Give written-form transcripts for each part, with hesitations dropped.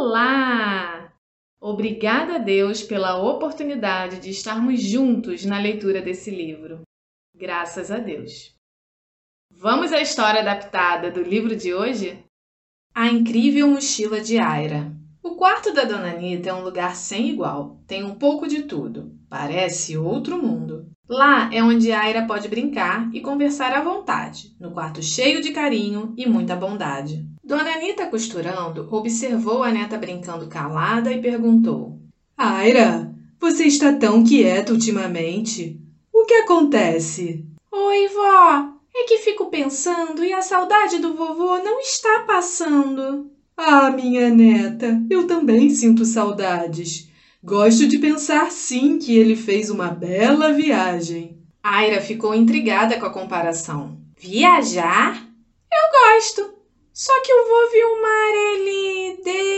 Olá! Obrigada a Deus pela oportunidade de estarmos juntos na leitura desse livro. Graças a Deus. Vamos à história adaptada do livro de hoje? A Incrível Mochila de Aira. O quarto da Dona Anita é um lugar sem igual. Tem um pouco de tudo. Parece outro mundo. Lá é onde Aira pode brincar e conversar à vontade, no quarto cheio de carinho e muita bondade. Dona Anita, costurando, observou a neta brincando calada e perguntou: Aira, você está tão quieta ultimamente. O que acontece? Oi, vó. É que fico pensando e a saudade do vovô não está passando. Ah, minha neta, eu também sinto saudades. Gosto de pensar sim que ele fez uma bela viagem. Aira ficou intrigada com a comparação. Viajar? Eu gosto. Só que o vô Vilmar, ele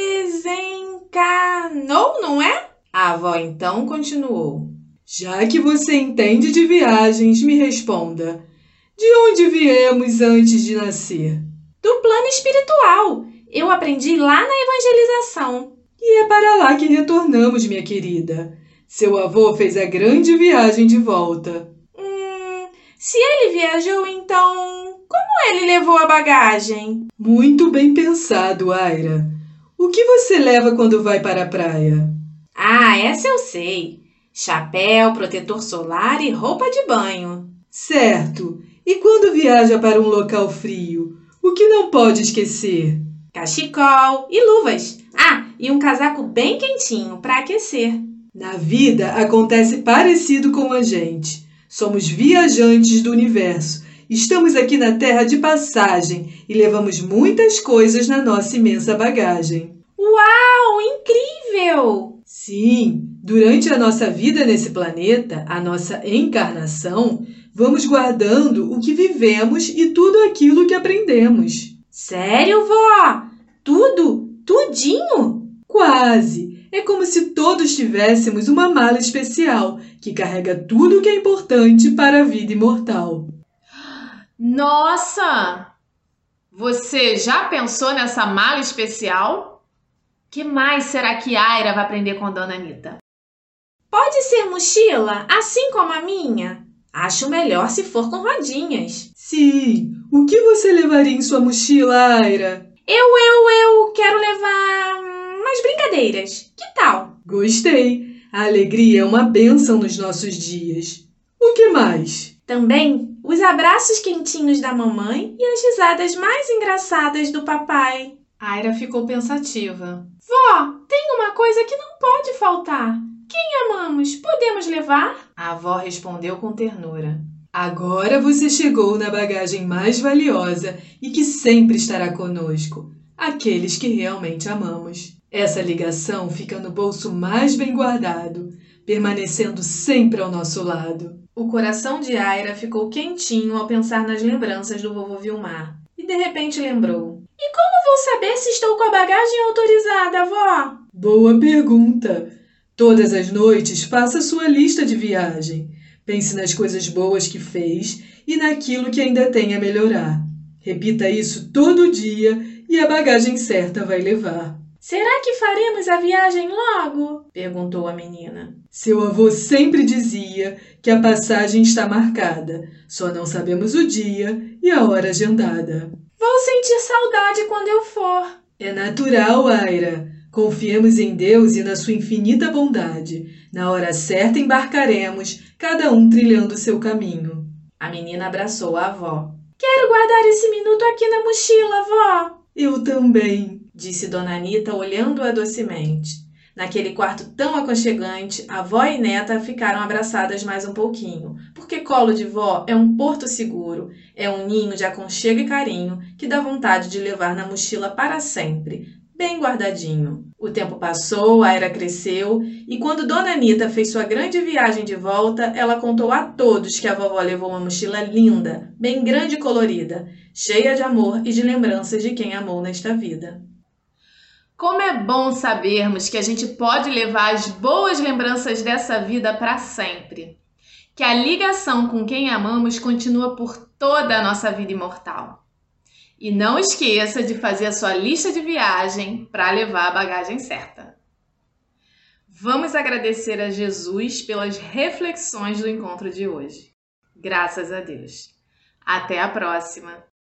desencarnou, não é? A avó então continuou. Já que você entende de viagens, me responda. De onde viemos antes de nascer? Do plano espiritual. Eu aprendi lá na evangelização. E é para lá que retornamos, minha querida. Seu avô fez a grande viagem de volta. Se ele viajou, então como ele levou a bagagem? Muito bem pensado, Aira. O que você leva quando vai para a praia? Ah, essa eu sei. Chapéu, protetor solar e roupa de banho. Certo. E quando viaja para um local frio, o que não pode esquecer? Cachecol e luvas. Ah, e um casaco bem quentinho para aquecer. Na vida acontece parecido com a gente. Somos viajantes do universo. Estamos aqui na Terra de passagem e levamos muitas coisas na nossa imensa bagagem. Uau, incrível! Sim, durante a nossa vida nesse planeta, a nossa encarnação, vamos guardando o que vivemos e tudo aquilo que aprendemos. Sério, vó? Tudo? Tudinho? Quase! É como se todos tivéssemos uma mala especial que carrega tudo o que é importante para a vida imortal. Nossa! Você já pensou nessa mala especial? Que mais será que Aira vai aprender com Dona Anita? Pode ser mochila, assim como a minha? Acho melhor se for com rodinhas. Sim, o que você levaria em sua mochila, Aira? Eu quero levar umas brincadeiras. Que tal? Gostei. A alegria é uma bênção nos nossos dias. O que mais? Também os abraços quentinhos da mamãe e as risadas mais engraçadas do papai. Aira ficou pensativa. Vó, tem uma coisa que não pode faltar. Quem amamos, podemos levar? A avó respondeu com ternura. Agora você chegou na bagagem mais valiosa e que sempre estará conosco, aqueles que realmente amamos. Essa ligação fica no bolso mais bem guardado, permanecendo sempre ao nosso lado. O coração de Aira ficou quentinho ao pensar nas lembranças do vovô Vilmar. E de repente lembrou. E como vou saber se estou com a bagagem autorizada, avó? Boa pergunta! Todas as noites faça sua lista de viagem. Pense nas coisas boas que fez e naquilo que ainda tem a melhorar. Repita isso todo dia e a bagagem certa vai levar. Será que faremos a viagem logo? Perguntou a menina. Seu avô sempre dizia que a passagem está marcada, só não sabemos o dia e a hora agendada. Vou sentir saudade quando eu for. É natural, Aira. Confiemos em Deus e na sua infinita bondade. Na hora certa embarcaremos, cada um trilhando seu caminho. A menina abraçou a avó. Quero guardar esse minuto aqui na mochila, avó. Eu também, disse Dona Anita, olhando-a docemente. Naquele quarto tão aconchegante, a avó e neta ficaram abraçadas mais um pouquinho, porque colo de vó é um porto seguro, é um ninho de aconchego e carinho que dá vontade de levar na mochila para sempre, bem guardadinho. O tempo passou, a Aira cresceu, e quando Dona Anita fez sua grande viagem de volta, ela contou a todos que a vovó levou uma mochila linda, bem grande e colorida, cheia de amor e de lembranças de quem amou nesta vida. Como é bom sabermos que a gente pode levar as boas lembranças dessa vida para sempre. Que a ligação com quem amamos continua por toda a nossa vida imortal. E não esqueça de fazer a sua lista de viagem para levar a bagagem certa. Vamos agradecer a Jesus pelas reflexões do encontro de hoje. Graças a Deus. Até a próxima!